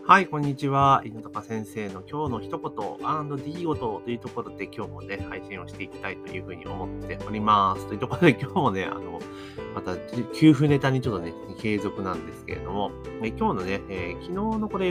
はい、こんにちは。犬高先生の今日の一言 &D 事というところで今日もね、配信をしていきたいというふうに思っております。というところで今日もね、また給付ネタにちょっとね、継続なんですけれども、今日のね、昨日のこれ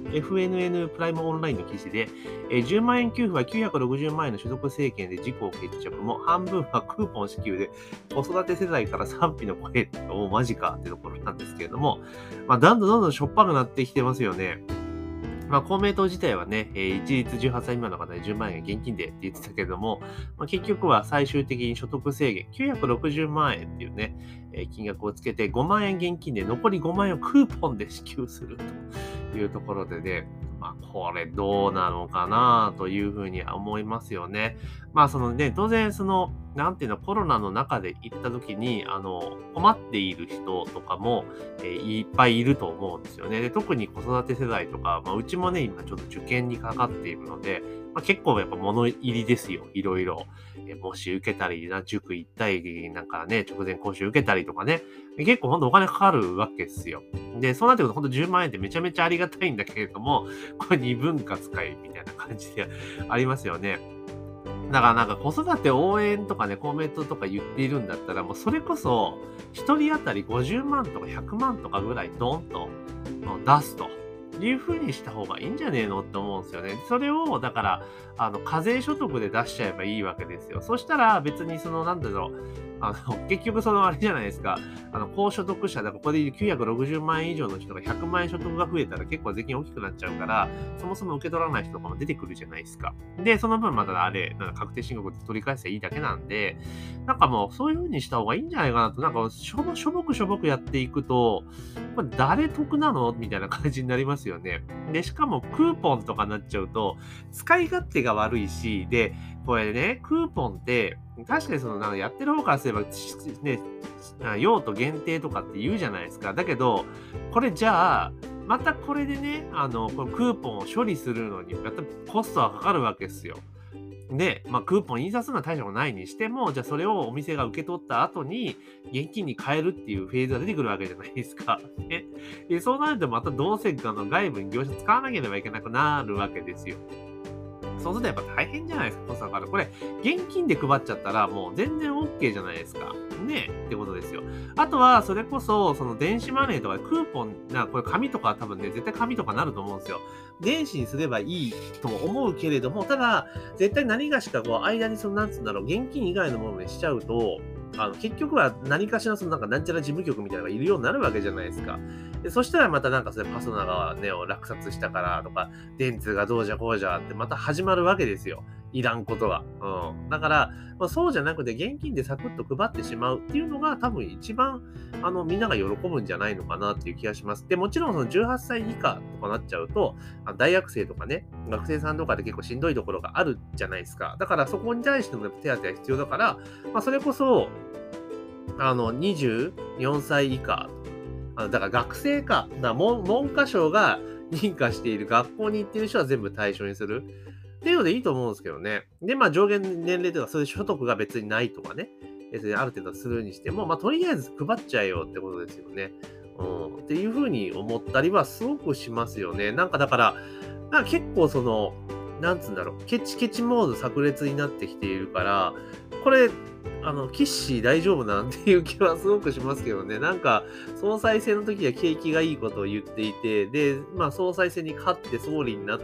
FNN プライムオンラインの記事で、10万円給付は960万円の所得制限で自己決着も、半分はクーポン支給で子育て世代から賛否の声、マジかってところなんですけれども、どんどんしょっぱくなってきてますよね。公明党自体はね、一律18歳未満の方に10万円現金でって言ってたけれども、結局は最終的に所得制限960万円っていうね、金額をつけて5万円現金で残り5万円をクーポンで支給するというところでね、これどうなのかなというふうには思いますよね。そのね、当然なんていうの、コロナの中で行った時に、困っている人とかも、いっぱいいると思うんですよね。で、特に子育て世代とか、うちもね、今ちょっと受験にかかっているので、結構やっぱ物入りですよ、いろいろ。模試受けたり、塾行ったり、なんかね、直前講習受けたりとかね、結構ほんとお金かかるわけですよ。で、そうなってくるとほんと10万円ってめちゃめちゃありがたいんだけれども、これ二分割かいみたいな感じでありますよね。だからなんか子育て応援とかね、公明党とか言っているんだったら、もうそれこそ、一人当たり50万とか100万とかぐらいドンと出すという風にした方がいいんじゃねえのって思うんですよね。それを、だから、課税所得で出しちゃえばいいわけですよ。そしたら別になんだろう、結局あれじゃないですか。高所得者だからここで言う960万円以上の人が100万円所得が増えたら結構税金大きくなっちゃうから、そもそも受け取らない人とかも出てくるじゃないですか。で、その分またなんか確定申告で取り返せばいいだけなんで、なんかもうそういう風にした方がいいんじゃないかなと、なんかしょぼくやっていくと、これ誰得なのみたいな感じになりますよね。で、しかもクーポンとかになっちゃうと、使い勝手が悪いし、で、これね、クーポンって、確かになんかやってる方からすれば、ね、用途限定とかって言うじゃないですか。だけど、これじゃあ、またこれでね、このクーポンを処理するのに、またコストはかかるわけですよ。で、クーポン印刷するのは大したことないにしても、じゃあそれをお店が受け取った後に、現金に変えるっていうフェーズが出てくるわけじゃないですか。ね。で、そうなるとまたどうせ外部に業者使わなければいけなくなるわけですよ。そうするとやっぱ大変じゃないですか、コストかかる。これ、現金で配っちゃったらもう全然オッケーじゃないですか。ねってことですよ。あとは、それこそ、電子マネーとかクーポンこれ紙とか多分ね、絶対紙とかなると思うんですよ。電子にすればいいとも思うけれども、ただ、絶対何がしか間になんつうんだろう、現金以外のものにしちゃうと、結局は何かしらなんかなんちゃら事務局みたいなのがいるようになるわけじゃないですか。で、そしたらまたなんかそれパソナがね、を落札したからとか、電通がどうじゃこうじゃってまた始まるわけですよ。いらんことが。うん。だから、そうじゃなくて現金でサクッと配ってしまうっていうのが多分一番、みんなが喜ぶんじゃないのかなっていう気がします。で、もちろん18歳以下とかなっちゃうと、大学生とかね、学生さんとかで結構しんどいところがあるじゃないですか。だからそこに対しての手当が必要だから、それこそ、24歳以下、だから学生か、文科省が認可している学校に行っている人は全部対象にする。っていうのでいいと思うんですけどね。で、上限年齢とか、そういう所得が別にないとかね。別にある程度するにしても、とりあえず配っちゃえよってことですよね。うん。っていう風に思ったりはすごくしますよね。なんかだから、結構なんつうんだろう、ケチケチモード炸裂になってきているから、これ、キッシー大丈夫なんていう気はすごくしますけどね。なんか、総裁選の時は景気がいいことを言っていて、で、総裁選に勝って総理になって、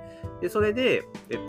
で、それで、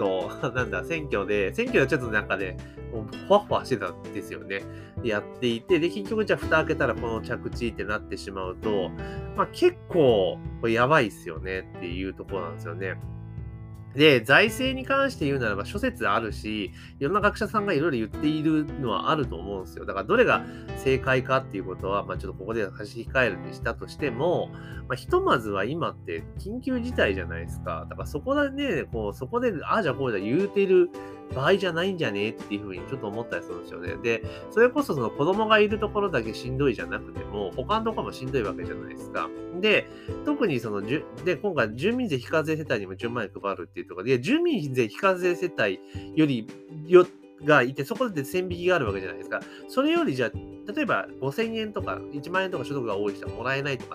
選挙でちょっとなんかね、もうふわふわしてたんですよね。やっていて、で、結局じゃあ蓋開けたらこの着地ってなってしまうと、結構、これやばいっすよねっていうところなんですよね。で、財政に関して言うならば諸説あるし、いろんな学者さんがいろいろ言っているのはあると思うんですよ。だからどれが正解かっていうことは、ちょっとここで差し控えるにしたとしても、ひとまずは今って緊急事態じゃないですか。だからそこでね、そこで、ああじゃこうじゃ言うてる場合じゃないんじゃねっていうふうにちょっと思ったりするんですよね。で、それこそ子供がいるところだけしんどいじゃなくても、他のところもしんどいわけじゃないですか。で、特に今回住民税非課税世帯にも10万円配るっていうところで、住民税非課税世帯より、がいて、そこで線引きがあるわけじゃないですか。それよりじゃあ、例えば5000円とか1万円とか所得が多い人はもらえないとか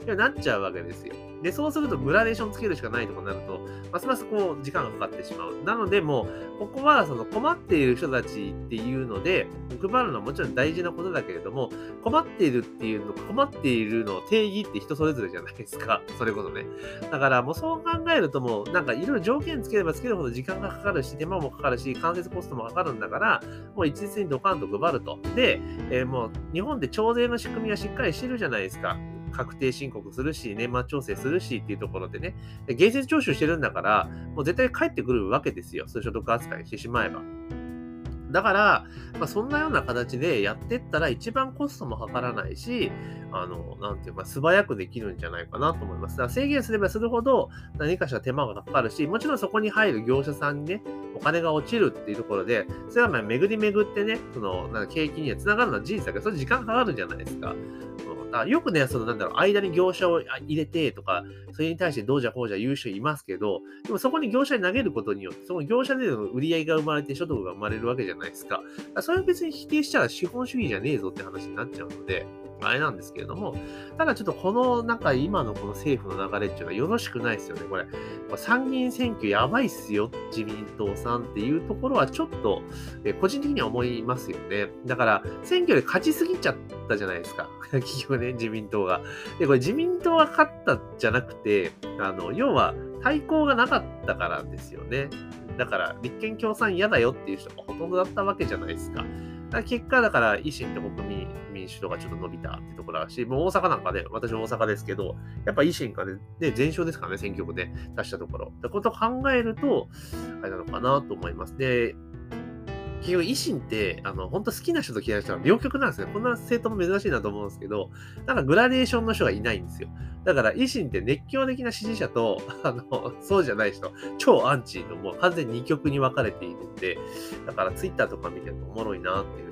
なっちゃうわけですよ。で、そうするとグラデーションつけるしかないとかになると、ますますこう時間がかかってしまう。なので、もう、ここはその困っている人たちっていうので、配るのはもちろん大事なことだけれども、困っているっていうの、困っているの定義って人それぞれじゃないですか。それこそね。だからもうそう考えるともう、なんかいろいろ条件つければつけるほど時間がかかるし、手間もかかるし、間接コストもかかるんだから、もう一律にドカンと配ると。で、もう日本で徴税の仕組みはしっかりしてるじゃないですか。確定申告するし、年末調整するしっていうところでね、で厳正徴収してるんだから、もう絶対返ってくるわけですよ。そういう所得扱いしてしまえば。だから、そんなような形でやってったら一番コストもかからないし、なんていうか、素早くできるんじゃないかなと思います。だから制限すればするほど何かしら手間がかかるし、もちろんそこに入る業者さんにね、お金が落ちるっていうところで、それは巡り巡ってね、なんか景気には繋がるのは事実だけど、それ時間かかるじゃないですか。だからよくね、間に業者を入れてとか、それに対してどうじゃこうじゃ言う人いますけど、でもそこに業者に投げることによって、その業者での売り上げが生まれて所得が生まれるわけじゃないですか。だからそれは別に否定しちゃ資本主義じゃねえぞって話になっちゃうので、あれなんですけれども、ただちょっとこの今のこの政府の流れっていうのはよろしくないですよね、これ。参議院選挙やばいっすよ、自民党さんっていうところはちょっと、個人的には思いますよね。だから、選挙で勝ちすぎちゃったじゃないですか。結局ね、自民党が。で、これ自民党が勝ったじゃなくて、要は対抗がなかったからですよね。だから、立憲共産嫌だよっていう人がほとんどだったわけじゃないですか。結果、だから、維新と国民民主党がちょっと伸びたってところだし、もう大阪なんかね、私も大阪ですけど、やっぱ維新がね、全勝ですからね、選挙区で出したところ。ってことを考えると、あれなのかなと思います。で、結局維新って、本当好きな人と嫌いな人は両極なんですね。こんな政党も珍しいなと思うんですけど、なんかグラデーションの人がいないんですよ。だから維新って熱狂的な支持者と、そうじゃない人、超アンチのもう完全に二極に分かれているんで、だからツイッターとか見てるとおもろいなっていう。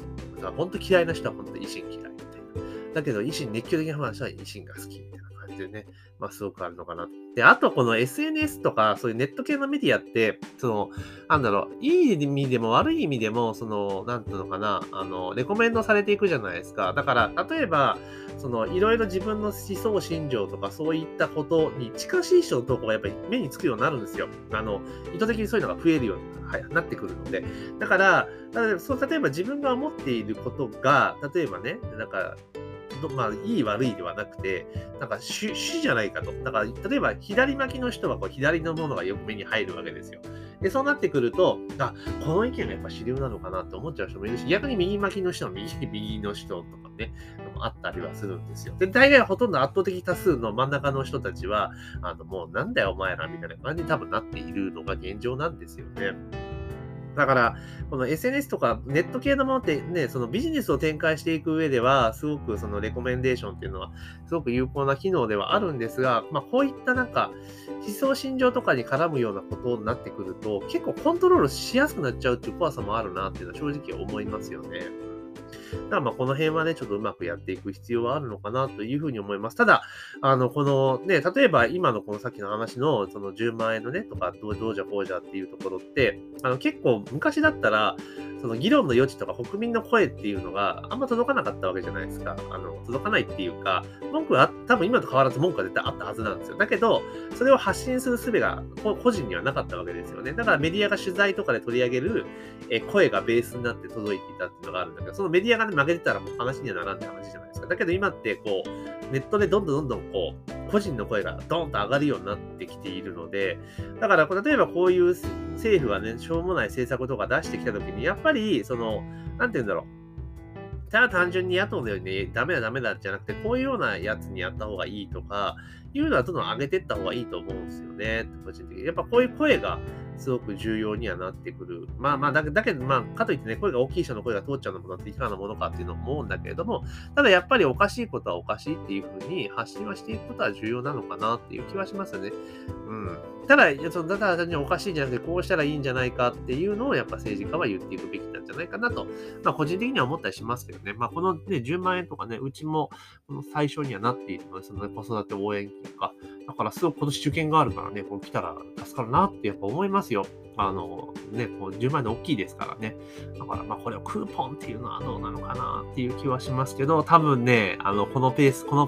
本当嫌いな人は本当維新嫌いみたいな。だけど維新熱狂的な話は維新が好きみたいな感じでね、すごくあるのかなと。で、あとこの SNS とか、そういうネット系のメディアって、いい意味でも悪い意味でも、なんていうのかな、レコメンドされていくじゃないですか。だから、例えば、いろいろ自分の思想信条とか、そういったことに近しい人の投稿がやっぱり目につくようになるんですよ。意図的にそういうのが増えるようになってくるので。だから、例えば自分が思っていることが、例えばね、いい悪いではなくて、主じゃないかと。だから、例えば左巻きの人は左のものがよく目に入るわけですよ。で、そうなってくると、この意見がやっぱ主流なのかなって思っちゃう人もいるし、逆に右巻きの人は右の人とかね、あったりはするんですよ。で、大概ほとんど圧倒的多数の真ん中の人たちは、もうなんだよお前らみたいな感じに多分なっているのが現状なんですよね。だから、この SNS とかネット系のものってね、そのビジネスを展開していく上では、すごくそのレコメンデーションっていうのは、すごく有効な機能ではあるんですが、こういった思想信条とかに絡むようなことになってくると、結構コントロールしやすくなっちゃうっていう怖さもあるなっていうのは正直思いますよね。だからこの辺はね、ちょっとうまくやっていく必要はあるのかなというふうに思います。ただ、このね、例えば今のこのさっきの話のその10万円のね、とかどうじゃこうじゃっていうところって、結構昔だったら、その議論の余地とか国民の声っていうのがあんま届かなかったわけじゃないですか。届かないっていうか、文句は多分今と変わらず文句は絶対あったはずなんですよ。だけど、それを発信する術が個人にはなかったわけですよね。だからメディアが取材とかで取り上げる声がベースになって届いていたっていうのがあるんだけど、そのメディアがね、負けてたらもう話にはならんって話じゃないですか。だけど今ってネットでどんどん個人の声がドーンと上がるようになってきているので、だから例えばこういう政府がね、しょうもない政策とか出してきたときに、やっぱり、なんて言うんだろう。ただ単純に野党のようにね、ダメだじゃなくて、こういうようなやつにやった方がいいとか、いうのはどんどん上げていった方がいいと思うんですよね。個人的に。やっぱこういう声がすごく重要にはなってくる。だけど、かといってね、声が大きい人の声が通っちゃうのものっていかがなものかっていうのを思うんだけれども、ただやっぱりおかしいことはおかしいっていうふうに発信はしていくことは重要なのかなっていう気はしますよね。うん。ただ単におかしいんじゃなくて、こうしたらいいんじゃないかっていうのをやっぱ政治家は言っていくべきなんじゃないかなと、個人的には思ったりしますけどね。このね、10万円とかね、うちもこの最初にはなっているので、その子育て応援金か。だからすごく今年受験があるからね、来たら助かるなってやっぱ思いますよ。10万円の大きいですからね。だからこれをクーポンっていうのはどうなのかなっていう気はしますけど、多分ね、このペース、この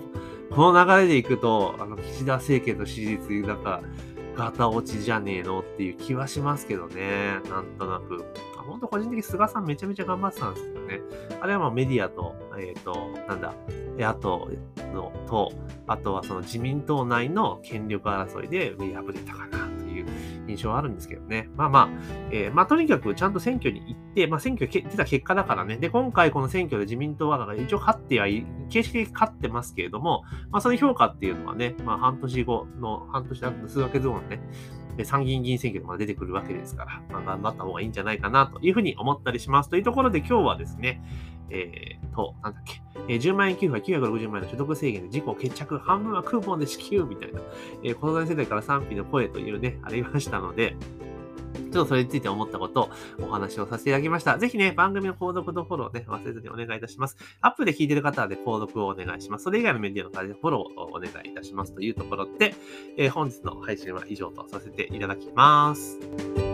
この流れでいくと、岸田政権の支持率、ガタ落ちじゃねえのっていう気はしますけどね。なんとなく。本当個人的に菅さんめちゃめちゃ頑張ってたんですけどね。あれはメディアと、野党と、あとはその自民党内の権力争いで敗れたかなという印象はあるんですけどね。とにかくちゃんと選挙に行って、選挙出た結果だからね。で、今回この選挙で自民党は一応勝って形式的に勝ってますけれども、その評価っていうのはね、半年数ヶ月後のね、参議院議員選挙でも出てくるわけですから、頑張った方がいいんじゃないかなというふうに思ったりします。というところで今日はですね、10万円給付は960万円の所得制限で自己決着、半分はクーポンで支給みたいな、子育て世代から賛否の声というね、ありましたので、ちょっとそれについて思ったことをお話をさせていただきました。ぜひね、番組の購読とフォローね、忘れずにお願いいたします。アップで聞いている方はね、購読をお願いします。それ以外のメディアの方でフォローをお願いいたしますというところで、本日の配信は以上とさせていただきます。